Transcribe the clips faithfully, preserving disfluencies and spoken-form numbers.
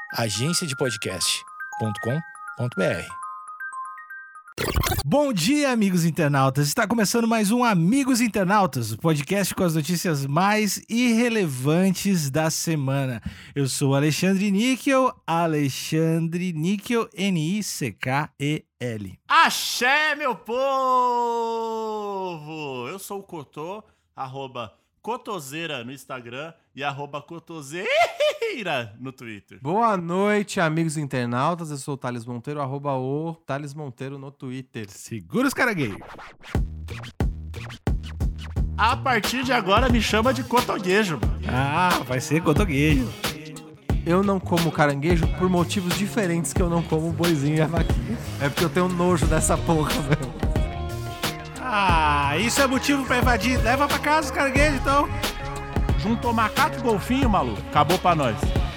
agência de podcast ponto com ponto b r. Bom dia, amigos internautas! Está começando mais um Amigos Internautas, o podcast com as notícias mais irrelevantes da semana. Eu sou Alexandre Níquel, Alexandre Níquel, N I C K E L. Axé, meu povo! Eu sou o Cotô, arroba Cotoseira no Instagram e arroba Cotoseira no Twitter. Boa noite, amigos internautas. Eu sou o Thales Monteiro, arroba o Thales Monteiro no Twitter. Segura os caranguejos. A partir de agora me chama de Cotoguejo. Ah, vai ser cotoguejo. Eu não como caranguejo por motivos diferentes que eu não como boizinho e a vaquinha. É porque eu tenho nojo dessa porra, velho. Ah, isso é motivo pra invadir. Leva pra casa os caranguejos, então. Juntou macaco e golfinho, maluco. Acabou pra nós.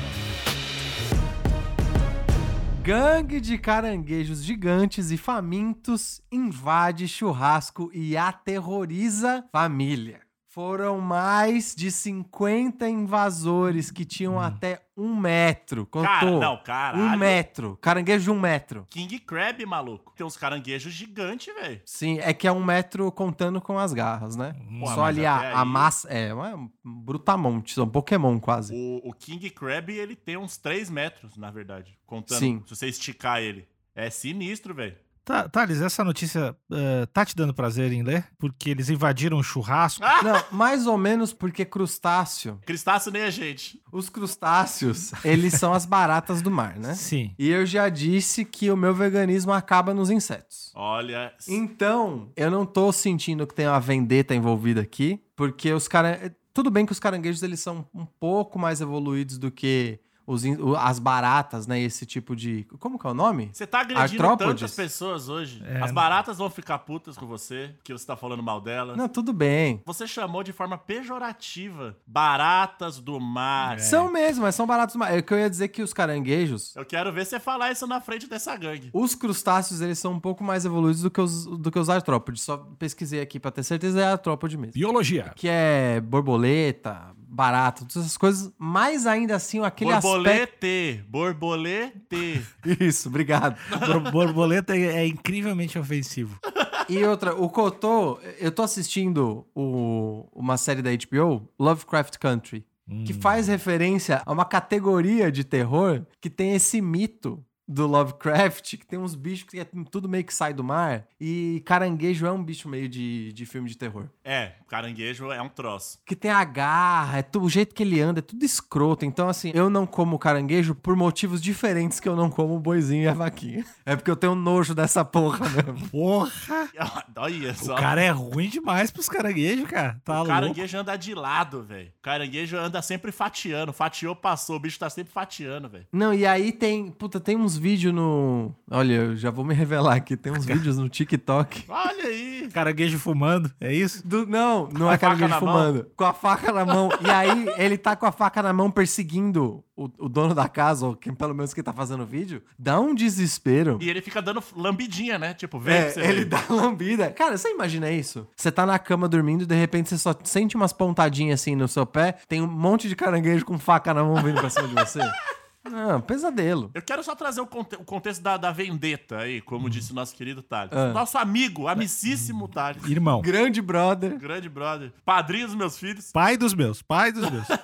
Gangue de caranguejos gigantes e famintos invade churrasco e aterroriza família. Foram mais de cinquenta invasores que tinham hum. até um metro. Contou? Cara, não, caralho. Um metro. Caranguejo de um metro. King Crab, maluco. Tem uns caranguejos gigantes, velho. Sim, é que é um metro contando com as garras, né? Pô, Só ali a, a massa... É, um brutamonte, um Pokémon quase. O, o King Crab, ele tem uns três metros, na verdade. Contando. Sim. Se você esticar ele. É sinistro, velho. Tá, Thales, essa notícia uh, tá te dando prazer em ler? Porque eles invadiram um churrasco? Ah! Não, mais ou menos porque crustáceo... Crustáceo nem a gente. Os crustáceos, eles são as baratas do mar, né? Sim. E eu já disse que o meu veganismo acaba nos insetos. Olha... Então, eu não tô sentindo que tem uma vendetta envolvida aqui, porque os caras... Tudo bem que os caranguejos, eles são um pouco mais evoluídos do que... Os, as baratas, né? Esse tipo de... Como que é o nome? Você tá agredindo Artrópodes. tantas pessoas hoje. É. As baratas vão ficar putas com você, porque você tá falando mal delas. Não, tudo bem. Você chamou de forma pejorativa baratas do mar. É. São mesmo, mas são baratas do mar. É o que eu ia dizer que os caranguejos... Eu quero ver você falar isso na frente dessa gangue. Os crustáceos, eles são um pouco mais evoluídos do que os, do que os artrópodes. Só pesquisei aqui pra ter certeza, é artrópode mesmo. Biologia. Que é borboleta... barato, todas essas coisas, mas ainda assim aquele borbolete, aspecto... borbolete. Isso, obrigado. Bor- borboleta é, é incrivelmente ofensivo. E outra, o Cotô, eu tô assistindo o, uma série da H B O, Lovecraft Country, hum. que faz referência a uma categoria de terror que tem esse mito do Lovecraft, que tem uns bichos que é tudo meio que sai do mar, e caranguejo é um bicho meio de, de filme de terror. É, caranguejo é um troço. Que tem a garra, é tu, o jeito que ele anda, é tudo escroto. Então, assim, eu não como caranguejo por motivos diferentes que eu não como o boizinho e a vaquinha. É porque eu tenho nojo dessa porra mesmo. Porra! Olha só. O cara é ruim demais pros caranguejos, cara. Tá o louco. Caranguejo anda de lado, velho. O caranguejo anda sempre fatiando. Fatiou, passou. O bicho tá sempre fatiando, velho. Não, e aí tem... Puta, tem uns vídeos no... Olha, eu já vou me revelar aqui. Tem uns vídeos no TikTok. Olha aí. Caranguejo fumando, é isso? Do, não, não com é caranguejo fumando. Mão. Com a faca na mão. E aí, ele tá com a faca na mão perseguindo o, o dono da casa, ou quem, pelo menos quem tá fazendo o vídeo. Dá um desespero. E ele fica dando lambidinha, né? Tipo, vem é, pra você ele ver. dá lambida. Cara, você imagina isso? Você tá na cama dormindo e de repente você só sente umas pontadinhas assim no seu pé, tem um monte de caranguejo com faca na mão vindo pra cima de você. Não, pesadelo. Eu quero só trazer o, conte- o contexto da, da vendetta aí, como hum. disse o nosso querido Thales. Ah. Nosso amigo, amicíssimo Thales. Irmão. Grande brother. Grande brother. Padrinho dos meus filhos. Pai dos meus, pai dos meus.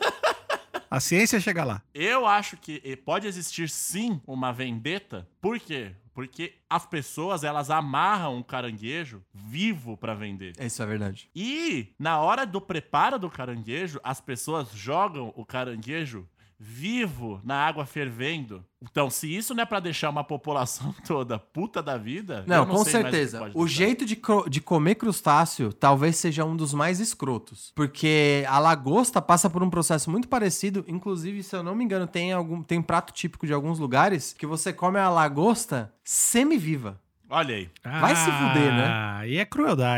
A ciência chega lá. Eu acho que pode existir sim uma vendetta. Por quê? Porque as pessoas, elas amarram um caranguejo vivo pra vender. Isso é verdade. E na hora do preparo do caranguejo, as pessoas jogam o caranguejo vivo na água fervendo. Então, se isso não é pra deixar uma população toda puta da vida... Não, eu não com sei certeza. mais o, o jeito de, cro- de comer crustáceo talvez seja um dos mais escrotos. Porque a lagosta passa por um processo muito parecido. Inclusive, se eu não me engano, tem, algum, tem um prato típico de alguns lugares que você come a lagosta semi-viva. Olha aí. Vai se fuder, né? Ah, e é crueldade.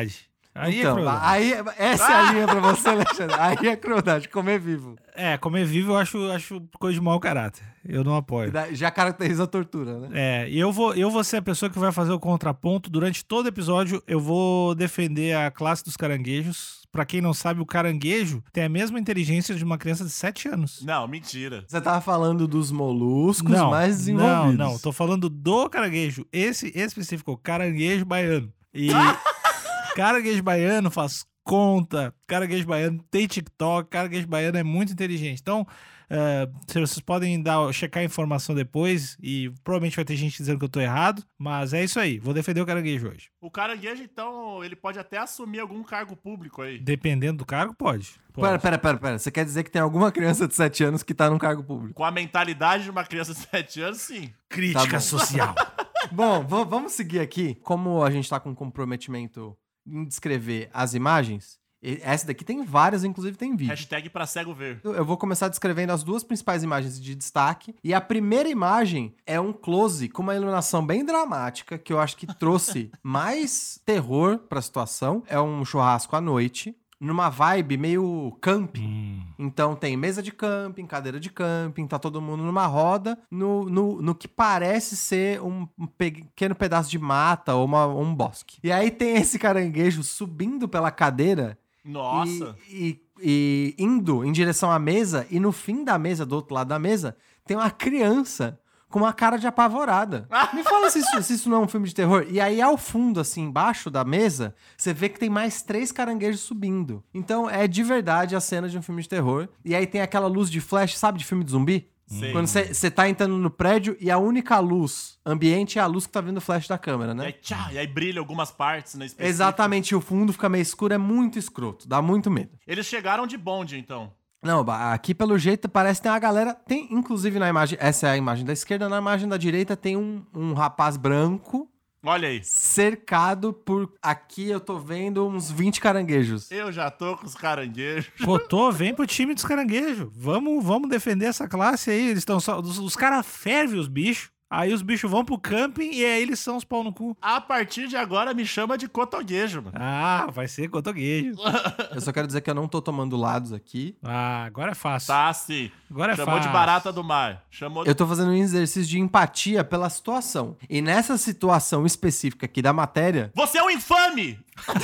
Aí então, é crueldade. aí, essa é a linha pra você, Alexandre. Aí é crueldade, comer vivo. É, comer vivo eu acho, acho coisa de mau caráter. Eu não apoio. Já caracteriza a tortura, né? É, e eu vou, eu vou ser a pessoa que vai fazer o contraponto. Durante todo o episódio, eu vou defender a classe dos caranguejos. Pra quem não sabe, o caranguejo tem a mesma inteligência de uma criança de sete anos. Não, mentira. Você tava falando dos moluscos Não, mais desenvolvidos. não, não. Tô falando do caranguejo. Esse específico, caranguejo baiano. E caranguejo baiano faz conta, caranguejo baiano tem TikTok, caranguejo baiano é muito inteligente. Então, uh, vocês podem dar, checar a informação depois e provavelmente vai ter gente dizendo que eu tô errado, mas é isso aí. Vou defender o caranguejo hoje. O caranguejo, então, ele pode até assumir algum cargo público aí. Dependendo do cargo, pode. pode. Pera, pera, pera, pera. Você quer dizer que tem alguma criança de sete anos que tá num cargo público? Com a mentalidade de uma criança de sete anos, sim. Crítica Tá bom. social. Bom, v- vamos seguir aqui. Como a gente tá com comprometimento em descrever as imagens, e- essa daqui tem várias, inclusive tem vídeo. Hashtag pra cego ver. Eu eu vou começar descrevendo as duas principais imagens de destaque. E a primeira imagem é um close com uma iluminação bem dramática, que eu acho que trouxe mais terror pra situação. É um churrasco à noite, numa vibe meio camping. Hum. Então tem mesa de camping, cadeira de camping, tá todo mundo numa roda, no, no, no que parece ser um, um pequeno pedaço de mata ou uma- um bosque. E aí tem esse caranguejo subindo pela cadeira Nossa. e, e- e indo em direção à mesa, e no fim da mesa, do outro lado da mesa, tem uma criança com uma cara de apavorada. Me fala se isso, se isso não é um filme de terror. E aí, ao fundo, assim, embaixo da mesa, você vê que tem mais três caranguejos subindo. Então, é de verdade a cena de um filme de terror. E aí tem aquela luz de flash, sabe, de filme de zumbi? Sei. Quando você tá entrando no prédio e a única luz ambiente é a luz que tá vindo o flash da câmera, E né? aí, tchá, e aí brilha algumas partes, né? específicas. Exatamente, e o fundo fica meio escuro, é muito escroto, dá muito medo. Eles chegaram de bonde, então. Não, ba- aqui pelo jeito parece que tem uma galera. Tem, inclusive na imagem. Essa é a imagem da esquerda. Na imagem da direita tem um, um rapaz branco Olha aí. cercado por. Aqui eu tô vendo uns vinte caranguejos. Eu já tô com os caranguejos. Cotô, vem pro time dos caranguejos. Vamos, vamos defender essa classe aí. Eles estão só. Os, os caras fervem os bichos. Aí os bichos vão pro camping e aí eles são os pau no cu. A partir de agora, me chama de cotoguejo, mano. Ah, vai ser cotoguejo. Eu só quero dizer que eu não tô tomando lados aqui. Ah, agora é fácil. Tá, sim. Agora é Chamou fácil. de barata do mar. Chamou de... Eu tô fazendo um exercício de empatia pela situação. E nessa situação específica aqui da matéria, Você é um infame!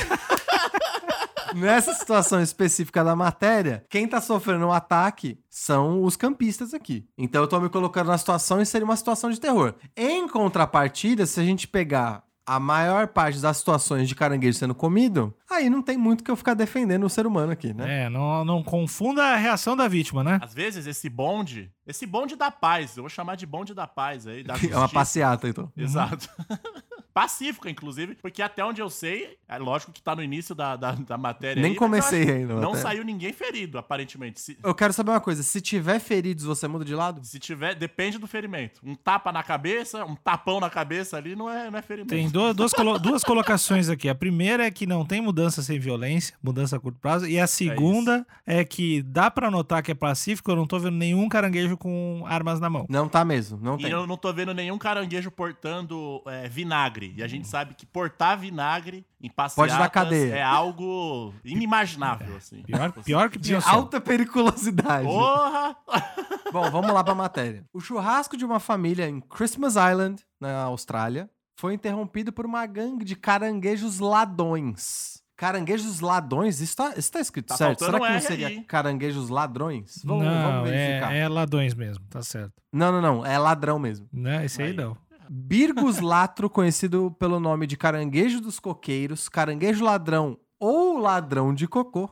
nessa situação específica da matéria, quem tá sofrendo um ataque são os campistas aqui. Então eu tô me colocando na situação e seria uma situação de terror. Em contrapartida, se a gente pegar a maior parte das situações de caranguejo sendo comido, aí não tem muito que eu ficar defendendo o ser humano aqui, né? É, não, não confunda a reação da vítima, né? Às vezes, esse bonde... Esse bonde da paz. Eu vou chamar de bonde da paz aí. Da É uma justiça. passeata, então. Exato. Pacífica, inclusive, porque até onde eu sei, é lógico que tá no início da, da, da matéria Nem aí, mas eu comecei acho- ainda, Não até. saiu ninguém ferido, aparentemente. Se, Eu quero saber uma coisa, se tiver feridos, você muda de lado? se tiver, depende do ferimento. Um tapa na cabeça, um tapão na cabeça ali não é, não é ferimento. Tem duas, duas, colo- duas colocações aqui. A primeira é que não tem mudança sem violência, mudança a curto prazo. E a segunda é, que dá pra notar que é pacífico. Eu não tô vendo nenhum caranguejo com armas na mão. Não tá mesmo, não E tem. eu não tô vendo nenhum caranguejo portando é, vinagre. E a gente sabe que portar vinagre em passeatas Pode dar cadeia. é algo inimaginável, assim. Pior, pior que De pinhão. alta periculosidade. Porra! Bom, vamos lá pra matéria. O churrasco de uma família em Christmas Island, na Austrália, foi interrompido por uma gangue de caranguejos ladrões. Caranguejos ladrões? Isso tá, isso tá escrito Tá certo? Será faltando que não um R seria aí. caranguejos ladrões? Vamos, não, vamos verificar. é, é ladrões mesmo, tá certo. Não, não, não. É ladrão mesmo. Né? Esse aí Aí. não. Birgus latro, conhecido pelo nome de caranguejo dos coqueiros, caranguejo ladrão ou ladrão de cocô.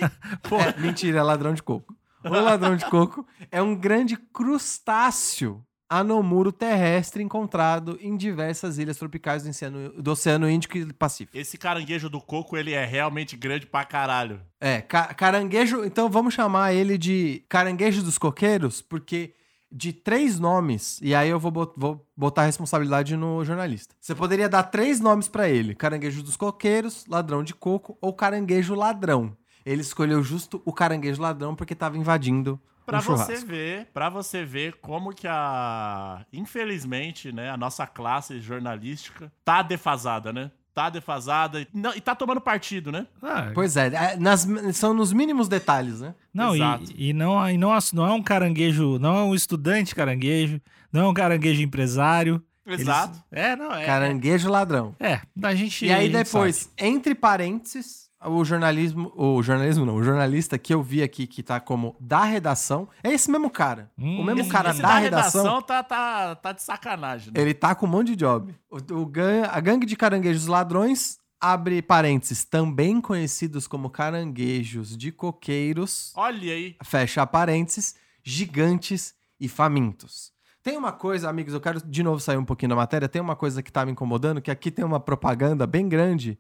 É, mentira, é ladrão de coco. O ladrão de coco é um grande crustáceo anomuro terrestre encontrado em diversas ilhas tropicais do Oceano, do Oceano Índico e Pacífico. Esse caranguejo do coco, ele é realmente grande pra caralho. É, ca- caranguejo, então vamos chamar ele de caranguejo dos coqueiros, porque de três nomes, e aí eu vou, bot- vou botar a responsabilidade no jornalista. Você poderia dar três nomes pra ele: caranguejo dos coqueiros, ladrão de coco ou caranguejo ladrão. Ele escolheu justo o caranguejo ladrão porque tava invadindo Pra um você churrasco. ver, para você ver como que a, infelizmente, né, a nossa classe jornalística tá defasada, né? tá defasada e, não, e tá tomando partido, né? Ah, Pois é, é, nas- são nos mínimos detalhes, né? não, Exato. e, e não, e não, não é um caranguejo, não é um estudante caranguejo, não é um caranguejo empresário. Exato. Eles- é, não, é. Caranguejo ladrão. É, a gente. E aí a gente depois, sabe. entre parênteses, o jornalismo, o jornalismo não, o jornalista que eu vi aqui que tá como da redação, é esse mesmo cara. Hum, o mesmo Esse, cara esse da, redação, tá, tá, tá de sacanagem, né? ele tá com um monte de job. O, o gan- a gangue de caranguejos ladrões, abre parênteses, também conhecidos como caranguejos de coqueiros, Olha aí. fecha parênteses, gigantes e famintos. Tem uma coisa, amigos, eu quero de novo sair um pouquinho da matéria, tem uma coisa que tá me incomodando, que aqui tem uma propaganda bem grande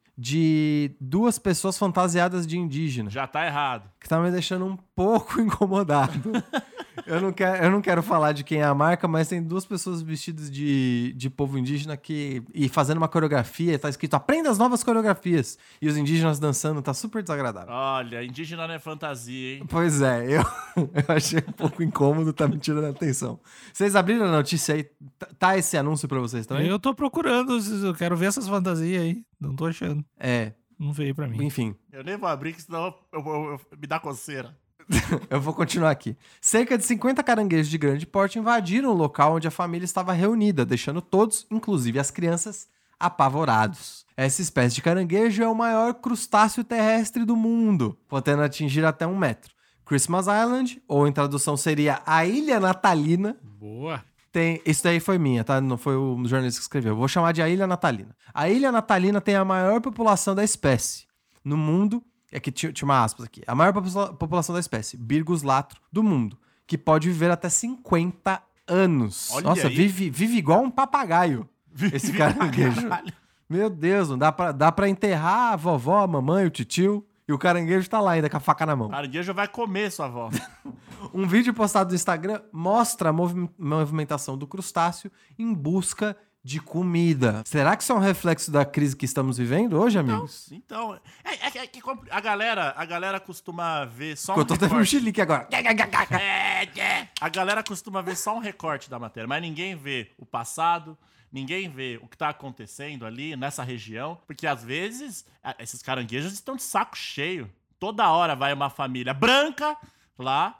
de duas pessoas fantasiadas de indígena, Já tá errado. que tá me deixando um pouco incomodado. Eu não, quero, eu não quero falar de quem é a marca, mas tem duas pessoas vestidas de, de povo indígena que, e fazendo uma coreografia, tá escrito aprenda as novas coreografias. E os indígenas dançando, tá super desagradável. Olha, indígena não é fantasia, hein? Pois é, eu, eu achei um pouco incômodo, tá me tirando a atenção. Vocês abriram a notícia aí? Tá- Tá esse anúncio pra vocês também? Eu tô procurando, eu quero ver essas fantasias aí. Não tô achando. É, Não veio pra mim. Eu enfim, nem vou abrir, que senão eu, eu- eu- me dá coceira. eu vou continuar aqui. Cerca de cinquenta caranguejos de grande porte invadiram o local onde a família estava reunida, deixando todos, inclusive as crianças, apavorados. Essa espécie de caranguejo é o maior crustáceo terrestre do mundo, podendo atingir até um metro. Christmas Island, ou em tradução seria a Ilha Natalina, Boa. tem... Isso daí foi minha, tá? Não foi o jornalista que escreveu. Eu vou chamar de a Ilha Natalina. A Ilha Natalina tem a maior população da espécie no mundo. Aqui tinha tinha uma aspas aqui. A maior popula- população da espécie, Birgus latro, do mundo, que pode viver até cinquenta anos. Olha Nossa, aí. vive, vive igual um papagaio. Esse caranguejo. Caralho. Meu Deus, não dá pra, dá pra enterrar a vovó, a mamãe, o titio. E o caranguejo tá lá ainda com a faca na mão. Caranguejo vai comer sua avó. Um vídeo postado no Instagram mostra a movi- movimentação do crustáceo em busca de comida. Será que isso é um reflexo da crise que estamos vivendo hoje, amigos? Então, é, é- é que compl- a galera, a galera costuma ver só um Eu tô tendo um recorte. chilique agora. É, é. A galera costuma ver só um recorte da matéria, mas ninguém vê o passado, ninguém vê o que tá acontecendo ali nessa região, porque às vezes a- esses caranguejos estão de saco cheio. Toda hora vai uma família branca lá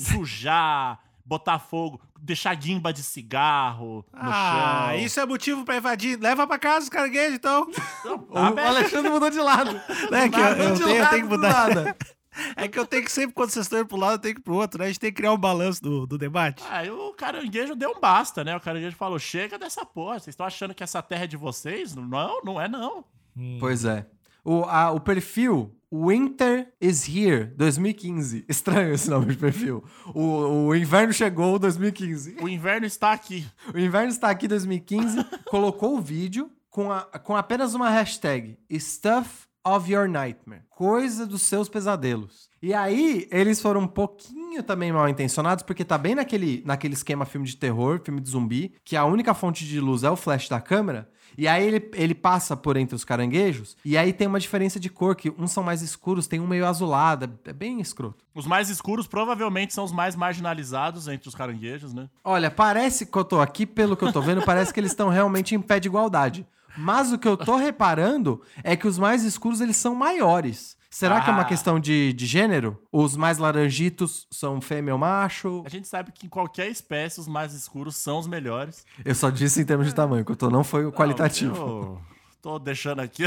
sujar, botar fogo, deixar guimba de cigarro no Ah, chão. isso é motivo pra invadir. Leva pra casa os caranguejos, então. Não, O tá bem. Alexandre mudou de lado. É que eu, eu De tenho, eu lado tenho que do mudar. nada. É que eu tenho que sempre, quando vocês estão indo pro lado, eu tenho que ir pro outro, né? A gente tem que criar um balanço do, do debate. Aí o caranguejo deu um basta, né? O caranguejo falou: chega dessa porra, vocês estão achando que essa terra é de vocês? Não, não é não. Pois é. O, a- o perfil Winter is Here dois mil e quinze. Estranho esse nome de perfil. O, o inverno chegou dois mil e quinze. O inverno está aqui. O inverno está aqui dois mil e quinze. Colocou o vídeo com, a- com apenas uma hashtag Stuff of Your Nightmare. Coisa dos seus pesadelos. E aí, eles foram um pouquinho também mal intencionados, porque tá bem naquele, naquele esquema filme de terror, filme de zumbi, que a única fonte de luz é o flash da câmera. E aí ele, ele passa por entre os caranguejos, e aí tem uma diferença de cor, que uns são mais escuros, tem um meio azulado, é bem escroto. Os mais escuros provavelmente são os mais marginalizados entre os caranguejos, né? Olha, parece que eu tô aqui, pelo que eu tô vendo, parece que eles estão realmente em pé de igualdade. Mas o que eu tô reparando é que os mais escuros, eles são maiores. Será que é uma Ah. questão de, de gênero? Os mais laranjitos são fêmea ou macho? A gente sabe que em qualquer espécie os mais escuros são os melhores. Eu só disse em termos de tamanho, que eu tô, não foi o qualitativo. Não, eu tô deixando aqui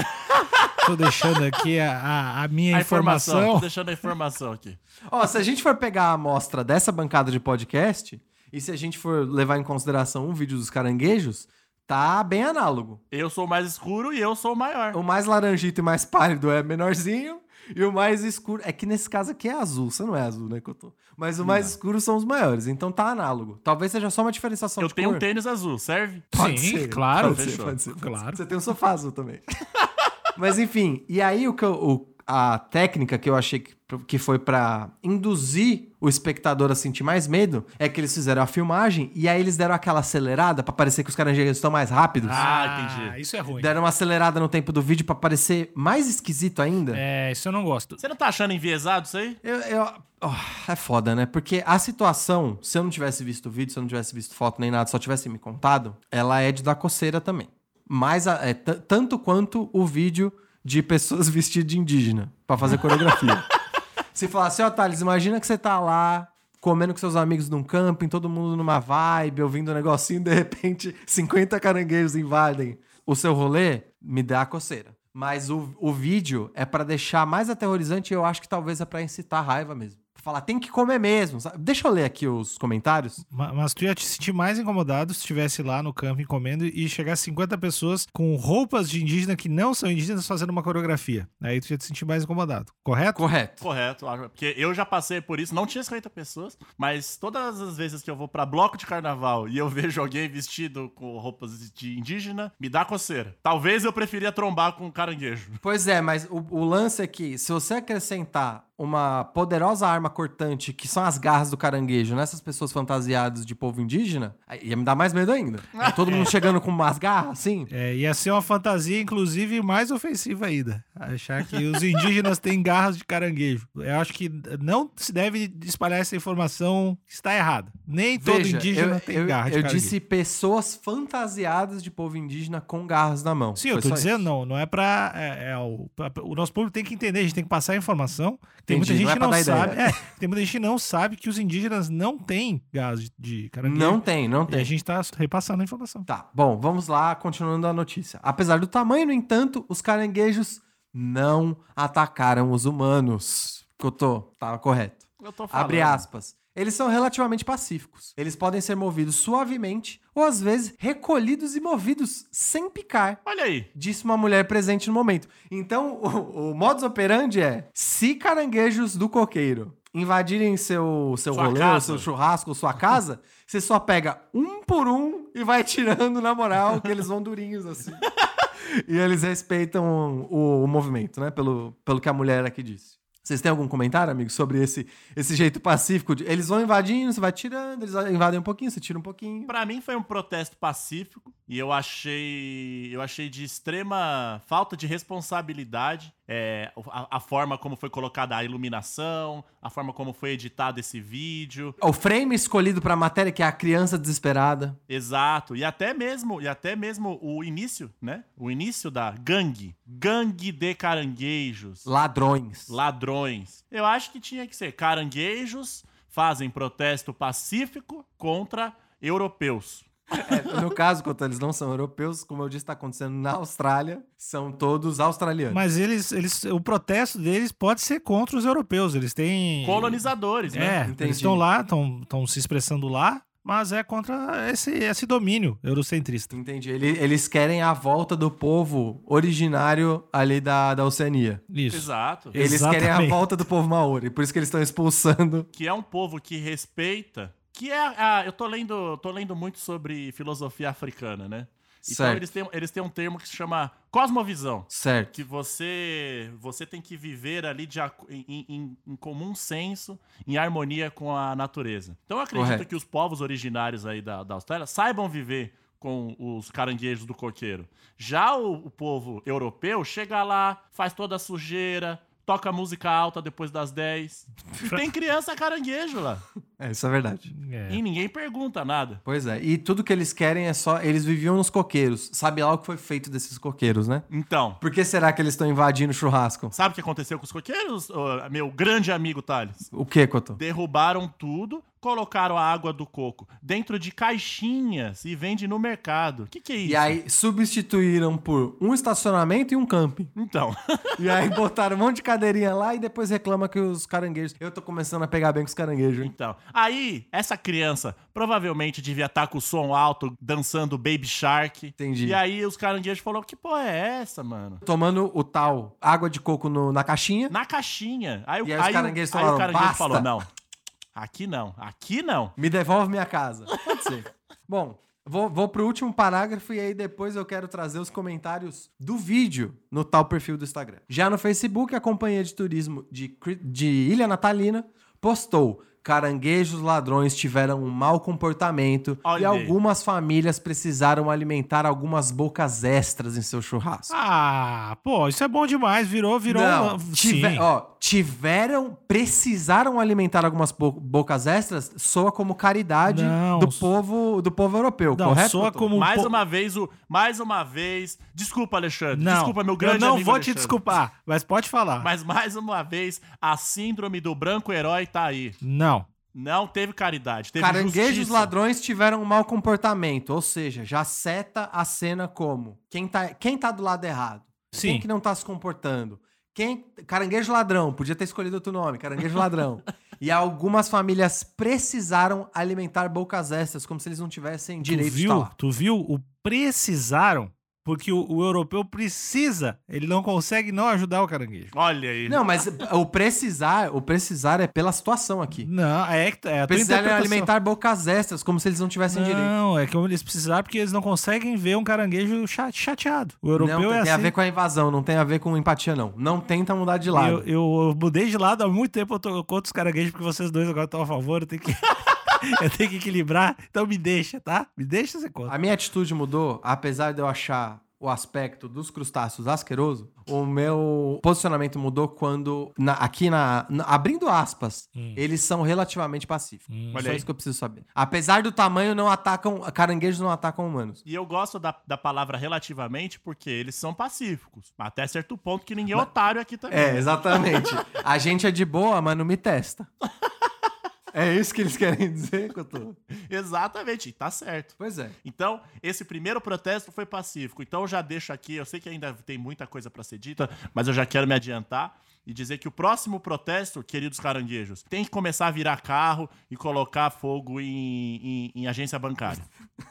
Tô deixando aqui a, a, a minha a informação. informação. Tô deixando a informação aqui. Ó, se a gente for pegar a amostra dessa bancada de podcast, e se a gente for levar em consideração um vídeo dos caranguejos, tá bem análogo. Eu sou o mais escuro e eu sou o maior. O mais laranjito e mais pálido é menorzinho, e o mais escuro... É que nesse caso aqui é azul, você não é azul, né, Cotô? Mas o mais escuro são os maiores, então tá análogo. Talvez seja só uma diferenciação Eu de tenho cor. um tênis azul, serve? Pode Sim, ser, claro. Pode ser, Fechou. pode ser, pode ser. Claro. Você tem um sofá azul também. Mas enfim, e aí o que eu- o- a técnica que eu achei que, que foi pra induzir o espectador a sentir mais medo é que eles fizeram a filmagem e aí eles deram aquela acelerada pra parecer que os caranguejos estão mais rápidos. Ah, entendi. Isso é ruim. Deram uma acelerada no tempo do vídeo pra parecer mais esquisito ainda. É, isso eu não gosto. Você não tá achando enviesado isso aí? Eu, eu- oh, é foda, né? Porque a situação, se eu não tivesse visto o vídeo, se eu não tivesse visto foto nem nada, só tivesse me contado, ela é de dar coceira também. mais a- é, t- tanto quanto o vídeo de pessoas vestidas de indígena pra fazer coreografia. Se falar assim, ó, Thales, imagina que você tá lá comendo com seus amigos num camping, todo mundo numa vibe, ouvindo um negocinho, de repente cinquenta caranguejos invadem o seu rolê, me dá a coceira. Mas o, o vídeo é pra deixar mais aterrorizante e eu acho que talvez é pra incitar raiva mesmo. Pra falar, tem que comer mesmo. Sabe? Deixa eu ler aqui os comentários. Ma- Mas tu ia te sentir mais incomodado se estivesse lá no camping comendo e chegasse cinquenta pessoas com roupas de indígena que não são indígenas fazendo uma coreografia. Aí tu ia te sentir mais incomodado, correto? Correto. Correto, acho- porque eu já passei por isso, não tinha cinquenta pessoas, mas todas as vezes que eu vou pra bloco de carnaval e eu vejo alguém vestido com roupas de indígena, me dá coceira. Talvez eu preferia trombar com um caranguejo. Pois é, mas o, o lance é que se você acrescentar uma poderosa arma cortante, que são as garras do caranguejo, nessas pessoas fantasiadas de povo indígena, aí ia me dar mais medo ainda. É todo mundo chegando com umas garras, assim. É, ia ser uma fantasia, inclusive, mais ofensiva ainda. Achar que os indígenas têm garras de caranguejo. Eu acho que não se deve espalhar essa informação que está errada. Nem todo Veja, indígena eu, tem eu, garra de eu caranguejo. disse pessoas fantasiadas de povo indígena com garras na mão. Sim, eu Foi tô só dizendo, isso. não, não é pra, é, é o, pra- o nosso público tem que entender, a gente tem que passar a informação. Tem Entendi, muita gente não é que pra não dar sabe. ideia. É, tem muita gente que não sabe que os indígenas não têm gás de, de caranguejo. Não tem, não E a tem. gente tá repassando a informação. Tá, bom, vamos lá, continuando a notícia. Apesar do tamanho, no entanto, os caranguejos não atacaram os humanos. Cotô, tava correto. Eu tô falando. Abre aspas. Eles são relativamente pacíficos. Eles podem ser movidos suavemente ou, às vezes, recolhidos e movidos sem picar. Olha aí. Disse uma mulher presente no momento. Então, o, o modus operandi é: se caranguejos do coqueiro invadirem seu, seu Sua rolê, casa. ou seu churrasco, ou sua casa, você só pega um por um e vai tirando na moral, que eles vão durinhos assim. E eles respeitam o, o movimento, né? Pelo, pelo que a mulher aqui disse. Vocês têm algum comentário, amigo, sobre esse, esse jeito pacífico? De, eles vão invadindo, você vai tirando, eles invadem um pouquinho, você tira um pouquinho. Pra mim foi um protesto pacífico e eu achei eu achei de extrema falta de responsabilidade é, a, a forma como foi colocada a iluminação, a forma como foi editado esse vídeo. O frame escolhido pra matéria, que é a criança desesperada. Exato, e até mesmo e até mesmo o início, né? O início da gangue, gangue de caranguejos, Ladrões. ladrões. Eu acho que tinha que ser caranguejos fazem protesto pacífico contra europeus. É, no caso, quando eles não são europeus, como eu disse, está acontecendo na Austrália, são todos australianos. Mas eles, eles, o protesto deles pode ser contra os europeus. Eles têm. Colonizadores, né? É, Entendi. eles estão lá, estão se expressando lá, mas é contra esse, esse domínio eurocentrista. Entendi. Ele- Eles querem a volta do povo originário ali da, da Oceania. Isso. Exato. Eles querem a Exatamente. volta do povo maori, por isso que eles estão expulsando. Que é um povo que respeita, que é a, eu tô lendo, tô lendo muito sobre filosofia africana, né? Então Certo. eles têm, eles têm um termo que se chama cosmovisão, Certo. que você você tem que viver ali de, aco- em, em- em comum senso, em harmonia com a natureza. Então eu acredito Correto. que os povos originários aí da, da Austrália saibam viver com os caranguejos do coqueiro. Já o, o povo europeu chega lá, faz toda a sujeira, toca música alta depois das dez. E tem criança caranguejo lá. É, isso é verdade. É. E ninguém pergunta nada. Pois é. E tudo que eles querem é só... Eles viviam nos coqueiros. Sabe lá o que foi feito desses coqueiros, né? Então, Por que será que eles estão invadindo o churrasco? sabe o que aconteceu com os coqueiros, ô, meu grande amigo Thales? O que, Cotô? Derrubaram tudo, colocaram a água do coco dentro de caixinhas e vende no mercado. O que, que é isso? E aí substituíram por um estacionamento e um camping. Então, E aí botaram um monte de cadeirinha lá e depois reclama que os caranguejos... Eu tô começando a pegar bem com os caranguejos, hein? então. Aí, essa criança provavelmente devia estar com o som alto, dançando Baby Shark. Entendi. E aí os caranguejos falaram, que porra é essa, mano? Tomando o tal água de coco no- na caixinha. Na caixinha. Aí, o- E aí os aí o- caranguejos aí falaram, o caranguejo "Basta." falou, não, aqui não, aqui não. Me devolve minha casa. Pode ser. Bom, vou, vou pro último parágrafo e aí depois eu quero trazer os comentários do vídeo no tal perfil do Instagram. Já no Facebook, a Companhia de Turismo de, Cri- de Ilha Natalina postou caranguejos ladrões tiveram um mau comportamento Olha e aí. algumas famílias precisaram alimentar algumas bocas extras em seu churrasco. Ah, pô, isso é bom demais. Virou, virou... Não, um- tive- Sim. ó, tiveram, precisaram alimentar algumas bo- bocas extras, soa como caridade Não. do povo, do povo europeu, Não, correto? soa doutor? como... Mais po- uma vez, o, mais uma vez. Desculpa, Alexandre. Não, Desculpa, meu grande eu não amigo vou te Alexandre. desculpar, mas pode falar. Mas mais uma vez, a síndrome do branco herói tá aí. Não. Não teve caridade, teve Caranguejos justiça. ladrões tiveram um mau comportamento, ou seja, já seta a cena como quem tá, quem tá do lado errado, Sim. quem que não tá se comportando, quem caranguejo ladrão, podia ter escolhido outro nome, caranguejo ladrão. E algumas famílias precisaram alimentar bocas extras, como se eles não tivessem Tu direito de viu? estar lá. Tu viu? O precisaram, porque o, o europeu precisa. Ele não consegue não ajudar o caranguejo. Olha aí. Não, mas o precisar, o precisar é pela situação aqui. Não, é que é a tua Precisaram interpretação. alimentar bocas extras, como se eles não tivessem direito. Não, é que eles precisaram porque eles não conseguem ver um caranguejo cha- chateado. O europeu Não, é tem assim. a ver com a invasão, não tem a ver com empatia, não. Não tenta mudar de lado. Eu, eu mudei de lado há muito tempo, eu tô contra os caranguejos, porque vocês dois agora estão a favor, eu tenho que... eu tenho que equilibrar. Então me deixa, tá? Me deixa ser contra. A minha atitude mudou, apesar de eu achar o aspecto dos crustáceos asqueroso, o meu posicionamento mudou quando, na- aqui na, na- abrindo aspas, Hum. eles são relativamente pacíficos. Olha Só aí. isso que eu preciso saber. Apesar do tamanho, não atacam, caranguejos não atacam humanos. E eu gosto da, da palavra relativamente porque eles são pacíficos. Até certo ponto que ninguém é otário aqui também. É, exatamente. A gente é de boa, mas não me testa. É isso que eles querem dizer, Couto? Exatamente, e tá certo. Pois é. Então, esse primeiro protesto foi pacífico. Então, eu já deixo aqui, eu sei que ainda tem muita coisa pra ser dita, mas eu já quero me adiantar e dizer que o próximo protesto, queridos caranguejos, tem que começar a virar carro e colocar fogo em, em- em agência bancária.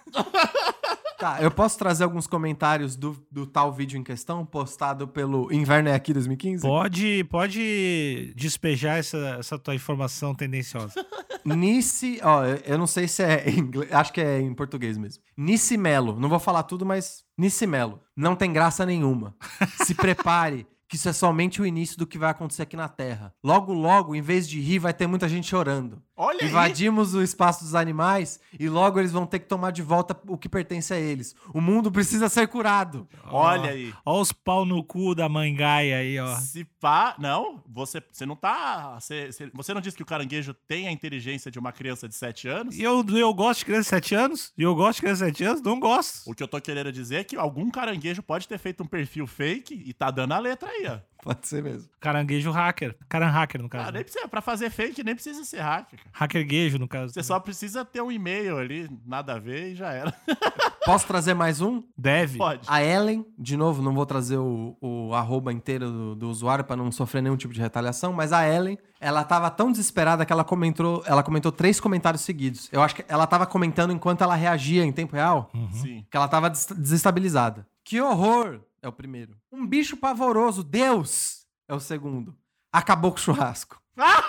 Tá, eu posso trazer alguns comentários do, do tal vídeo em questão, postado pelo Inverno é Aqui dois mil e quinze? Pode, pode despejar essa, essa tua informação tendenciosa. Nice, ó, eu- eu não sei se é em inglês, acho que é em português mesmo. Nice Melo, não vou falar tudo, mas Nice Melo, não tem graça nenhuma. Se prepare, que isso é somente o início do que vai acontecer aqui na Terra. Logo, logo, em vez de rir, vai ter muita gente chorando. Olha aí! Invadimos o espaço dos animais e logo eles vão ter que tomar de volta o que pertence a eles. O mundo precisa ser curado. Olha aí. Ó os pau no cu da mangaia aí, ó. Se pá. Não, você, você não tá. Você, você- você não disse que o caranguejo tem a inteligência de uma criança de sete anos? E eu, eu gosto de criança de sete anos? E eu gosto de criança de sete anos? Não gosto. O que eu tô querendo dizer é que algum caranguejo pode ter feito um perfil fake e tá dando a letra aí, ó. Pode ser mesmo. Caranguejo hacker. Caran hacker, no caso. Ah, nem precisa, pra fazer fake nem precisa ser hacker. cara. Hackerguejo, no caso. Você só precisa ter um e-mail ali, nada a ver e já era. Posso trazer mais um? Deve. Pode. A Ellen, de novo, não vou trazer o, o arroba inteiro do, do usuário para não sofrer nenhum tipo de retaliação, mas a Ellen, ela tava tão desesperada que ela comentou, ela comentou três comentários seguidos. Eu acho que ela tava comentando enquanto ela reagia em tempo real, Sim. que ela tava des- desestabilizada. Que horror! É o primeiro. Um bicho pavoroso, Deus! É o segundo. Acabou com o churrasco.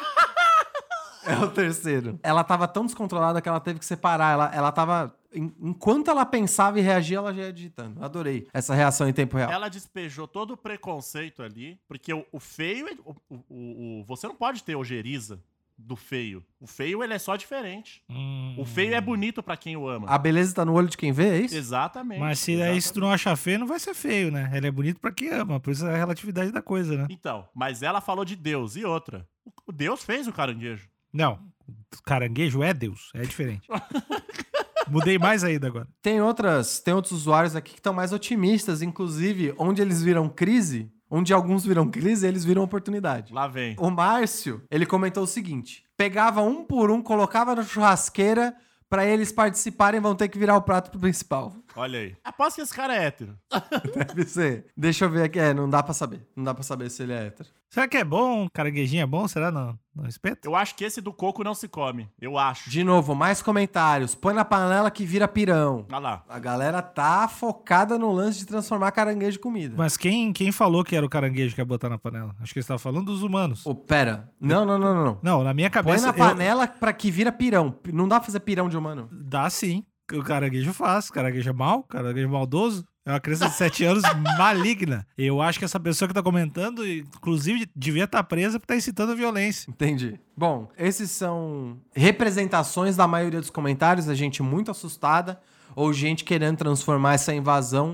É o terceiro. Ela tava tão descontrolada que ela teve que separar. Ela, ela tava... en- Enquanto ela pensava e reagia, ela já ia digitando. Adorei essa reação em tempo real. Ela despejou todo o preconceito ali, porque o, o feio, é- o, o- o- o- você não pode ter ojeriza do feio. O feio, ele é só diferente. Hum. O feio é bonito pra quem o ama. A beleza tá no olho de quem vê, é isso? Exatamente. Mas se aí se tu não achar feio, não vai ser feio, né? Ele é bonito pra quem ama, por isso é a relatividade da coisa, né? Então, mas ela falou de Deus. E outra, o- o Deus fez o caranguejo. Não, caranguejo é Deus, é diferente. Mudei mais ainda agora. Tem, outras, tem outros usuários aqui que estão mais otimistas, inclusive, onde eles viram crise, onde alguns viram crise, eles viram oportunidade. Lá vem. O Márcio, ele comentou o seguinte: pegava um por um, colocava na churrasqueira, pra eles participarem, vão ter que virar o prato pro principal. Olha aí. Aposto que esse cara é hétero. Deve ser. Deixa eu ver aqui. É, não dá pra saber. Não dá pra saber se ele é hétero. Será que é bom? Caranguejinho é bom? Será não? Não espeto? Eu acho que esse do coco não se come. Eu acho. De novo, mais comentários. Põe na panela que vira pirão. Olha lá. A galera tá focada no lance de transformar caranguejo em comida. Mas quem, quem falou que era o caranguejo que ia botar na panela? Acho que você estava falando dos humanos. Ô, pera. Não, não, não, não, não. Não, na minha Põe cabeça... na eu- panela pra que vira pirão. Não dá pra fazer pirão de humano. Dá sim. O caranguejo faz. Caranguejo é mau, caranguejo maldoso. É uma criança de sete anos maligna. Eu acho que essa pessoa que tá comentando, inclusive, devia estar presa porque tá incitando a violência. Entendi. Bom, esses são representações da maioria dos comentários, a gente muito assustada ou gente querendo transformar essa invasão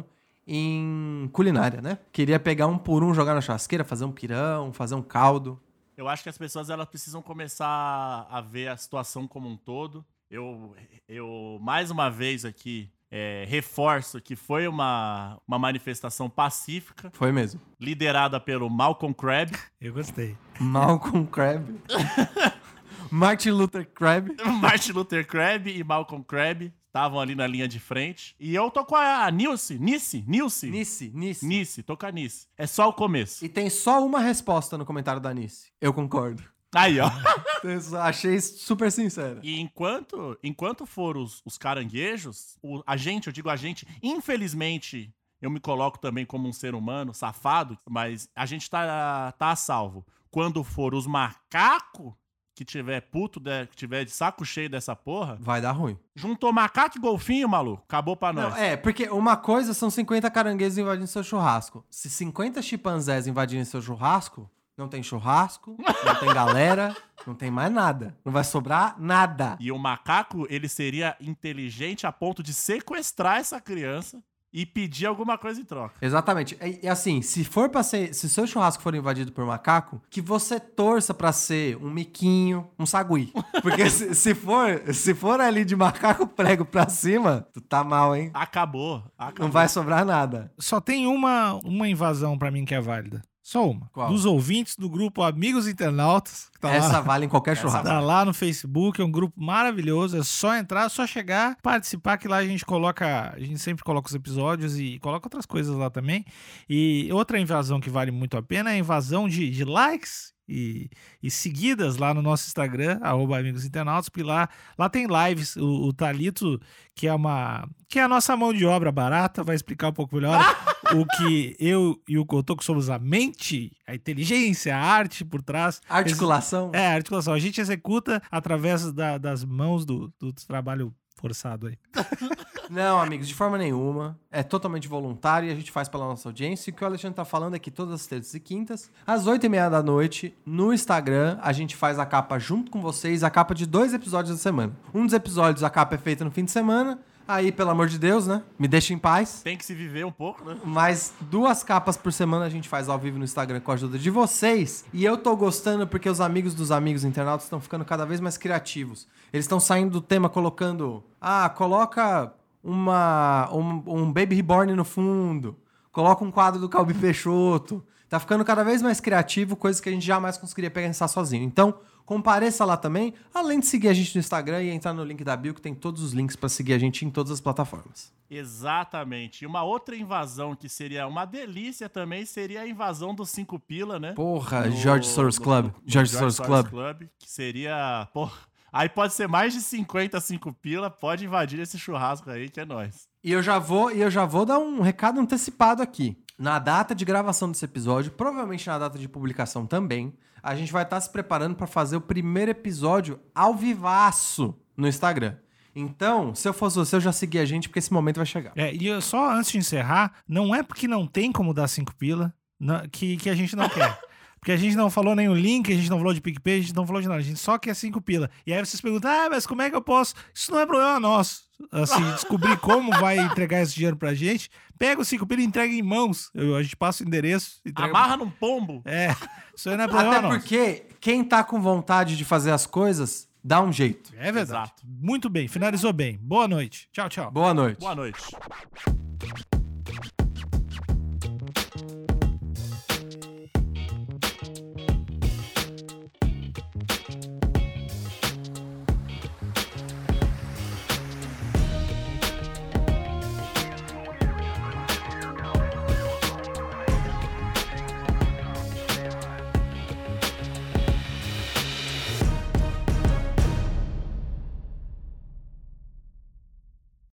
em culinária, né? Queria pegar um por um, jogar na churrasqueira, fazer um pirão, fazer um caldo. Eu acho que as pessoas elas precisam começar a ver a situação como um todo. Eu, eu mais uma vez aqui, é, reforço que foi uma, uma manifestação pacífica. Foi mesmo. Liderada pelo Malcolm Crabbe. Eu gostei. Malcolm Crabbe. Martin Luther Crabbe. Martin Luther Crabbe e Malcolm Crabbe estavam ali na linha de frente. E eu tô com a Nilce, Nice, Nilce. Nice, Nice. Nice, tô com a Nice. É só o começo. E tem só uma resposta no comentário da Nice. Eu concordo. Aí, ó. Eu achei super sincero. E enquanto, enquanto for os, os caranguejos, o, a gente, eu digo a gente, infelizmente, eu me coloco também como um ser humano safado, mas a gente tá, tá a salvo. Quando for os macacos que tiver puto, de, que tiver de saco cheio dessa porra, vai dar ruim. Juntou macaco e golfinho, maluco. Acabou pra nós. Não, é, porque uma coisa são cinquenta caranguejos invadindo seu churrasco. Se cinquenta chimpanzés invadirem seu churrasco, não tem churrasco, não tem galera, não tem mais nada. Não vai sobrar nada. E o macaco, ele seria inteligente a ponto de sequestrar essa criança e pedir alguma coisa em troca. Exatamente. E, e assim, se for para ser, se seu churrasco for invadido por macaco, que você torça pra ser um miquinho, um sagui. Porque se, se for, se for ali de macaco prego pra cima, tu tá mal, hein? Acabou. acabou. Não vai sobrar nada. Só tem uma, uma invasão pra mim que é válida. Só uma. Qual? Dos ouvintes do grupo Amigos Internautas. Que tá Essa lá, vale em qualquer Essa churrasco. tá lá no Facebook, é um grupo maravilhoso. É só entrar, só chegar, participar, que lá a gente coloca. A gente sempre coloca os episódios e coloca outras coisas lá também. E outra invasão que vale muito a pena é a invasão de, de likes. E, e seguidas lá no nosso Instagram, arroba Amigos Internautas, porque lá, lá tem lives. O, o Thalito, que é uma que é a nossa mão de obra barata, vai explicar um pouco melhor o que eu e o Cotoco somos a mente, a inteligência, a arte por trás. Articulação. É, a articulação. A gente executa através da, das mãos do, do trabalho forçado aí. Não, amigos, de forma nenhuma. É totalmente voluntário e a gente faz pela nossa audiência. E o que o Alexandre tá falando é que todas as terças e quintas, às oito e meia da noite, no Instagram, a gente faz a capa junto com vocês, a capa de dois episódios da semana. Um dos episódios, a capa é feita no fim de semana. Aí, pelo amor de Deus, né? Me deixa em paz. Tem que se viver um pouco, né? Mas duas capas por semana a gente faz ao vivo no Instagram com a ajuda de vocês. E eu tô gostando porque os amigos dos amigos internautas estão ficando cada vez mais criativos. Eles estão saindo do tema colocando... Ah, coloca uma, um, um Baby Reborn no fundo. Coloca um quadro do Calbi Peixoto. Tá ficando cada vez mais criativo, coisa que a gente jamais conseguiria pensar sozinho. Então... compareça lá também, além de seguir a gente no Instagram e entrar no link da bio, que tem todos os links pra seguir a gente em todas as plataformas. Exatamente. E uma outra invasão que seria uma delícia também seria a invasão dos cinco pila, né? Porra, No- George Soros no- Club. no- no George Soros Club. Que seria... Porra, aí pode ser mais de cinquenta cinco pila, pode invadir esse churrasco aí, que é nóis. E eu já vou, e eu já vou dar um recado antecipado aqui. Na data de gravação desse episódio, provavelmente na data de publicação também, a gente vai estar se preparando para fazer o primeiro episódio ao vivaço no Instagram. Então, se eu fosse você, eu já segui a gente, porque esse momento vai chegar. É, e eu, só antes de encerrar, não é porque não tem como dar cinco pila não- que, que a gente não quer. Porque a gente não falou nem o link, a gente não falou de PicPay, a gente não falou de nada. A gente só quer cinco pila. E aí vocês perguntam, ah, mas como é que eu posso? Isso não é problema nosso. Assim, descobrir como vai entregar esse dinheiro pra gente. Pega os cinco pila e entrega em mãos. Eu- a gente passa o endereço. Entrega... Amarra num pombo. É, isso aí não é problema Até nosso. porque quem tá com vontade de fazer as coisas, dá um jeito. É verdade. Exato. Muito bem, finalizou bem. Boa noite. Tchau, tchau. Boa noite. Boa noite.